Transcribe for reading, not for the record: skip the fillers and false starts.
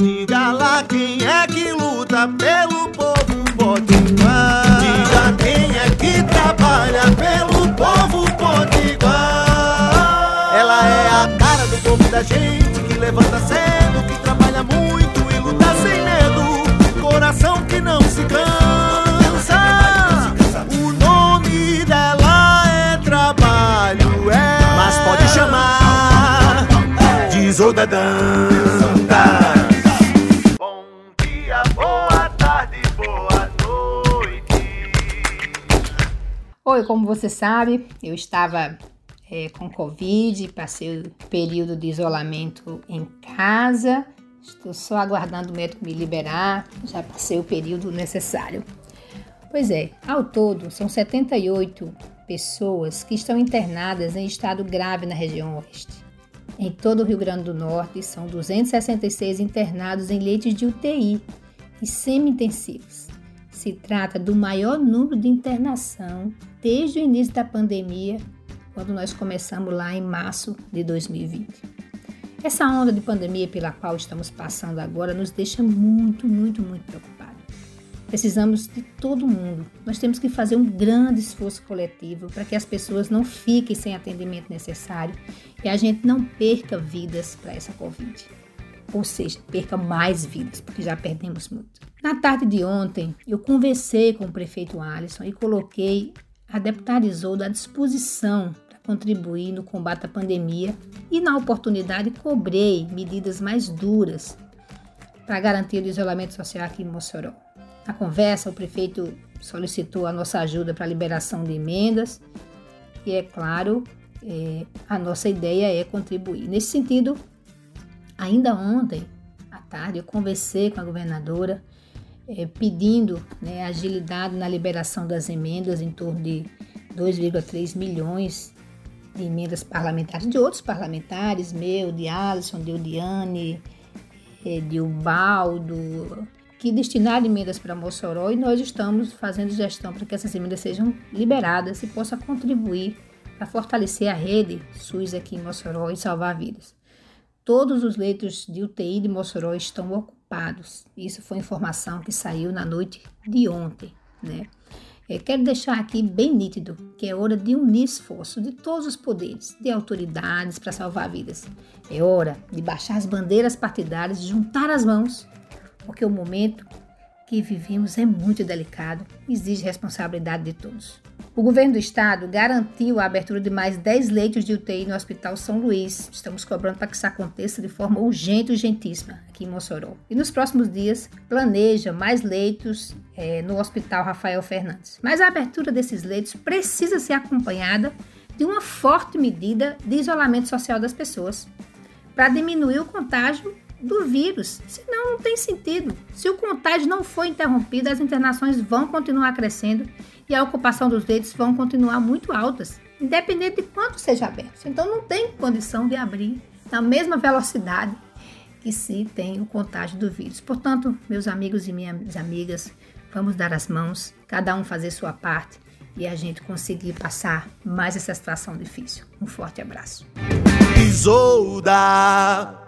Diga lá quem é que luta pelo povo potiguar. Diga quem é que trabalha pelo povo potiguar. Ela é a cara do povo da gente, que levanta cedo, que trabalha muito e luta sem medo. Coração que não se cansa. O nome dela é trabalho, mas pode chamar de Isolda Dantas. Bom dia, boa tarde, boa noite. Oi, como você sabe, eu estava com Covid, passei o período de isolamento em casa. Estou só aguardando o médico me liberar, já passei o período necessário. Pois é, ao todo são 78 pessoas que estão internadas em estado grave na região oeste. Em todo o Rio Grande do Norte, são 266 internados em leitos de UTI e semi-intensivos. Se trata do maior número de internação desde o início da pandemia, quando nós começamos lá em março de 2020. Essa onda de pandemia pela qual estamos passando agora nos deixa muito preocupados. Precisamos de todo mundo. Nós temos que fazer um grande esforço coletivo para que as pessoas não fiquem sem atendimento necessário e a gente não perca vidas para essa Covid. Ou seja, perca mais vidas, porque já perdemos muito. Na tarde de ontem, eu conversei com o prefeito Alisson e coloquei a deputada Isolda à disposição para contribuir no combate à pandemia e, na oportunidade, cobrei medidas mais duras para garantir o isolamento social aqui em Mossoró. Na conversa, o prefeito solicitou a nossa ajuda para a liberação de emendas e, é claro, a nossa ideia é contribuir. Nesse sentido, ainda ontem à tarde, eu conversei com a governadora pedindo agilidade na liberação das emendas, em torno de 2,3 milhões de emendas parlamentares, de outros parlamentares, meu, de Alisson, de Udiane, de Ubaldo, que destinaram emendas para Mossoró, e nós estamos fazendo gestão para que essas emendas sejam liberadas e possam contribuir para fortalecer a rede SUS aqui em Mossoró e salvar vidas. Todos os leitos de UTI de Mossoró estão ocupados. Isso foi informação que saiu na noite de ontem, né? Quero deixar aqui bem nítido que é hora de unir esforço de todos os poderes, de autoridades para salvar vidas. É hora de baixar as bandeiras partidárias, de juntar as mãos, porque o momento que vivemos é muito delicado e exige responsabilidade de todos. O governo do estado garantiu a abertura de mais 10 leitos de UTI no Hospital São Luís. Estamos cobrando para que isso aconteça de forma urgente e urgentíssima aqui em Mossoró. E nos próximos dias planeja mais leitos no Hospital Rafael Fernandes. Mas a abertura desses leitos precisa ser acompanhada de uma forte medida de isolamento social das pessoas para diminuir o contágio do vírus, senão não tem sentido. Se o contágio não for interrompido, as internações vão continuar crescendo e a ocupação dos leitos vão continuar muito altas, independente de quanto seja aberto. Então não tem condição de abrir na mesma velocidade que se tem o contágio do vírus. Portanto, meus amigos e minhas amigas, vamos dar as mãos, cada um fazer sua parte e a gente conseguir passar mais essa situação difícil. Um forte abraço. Isolda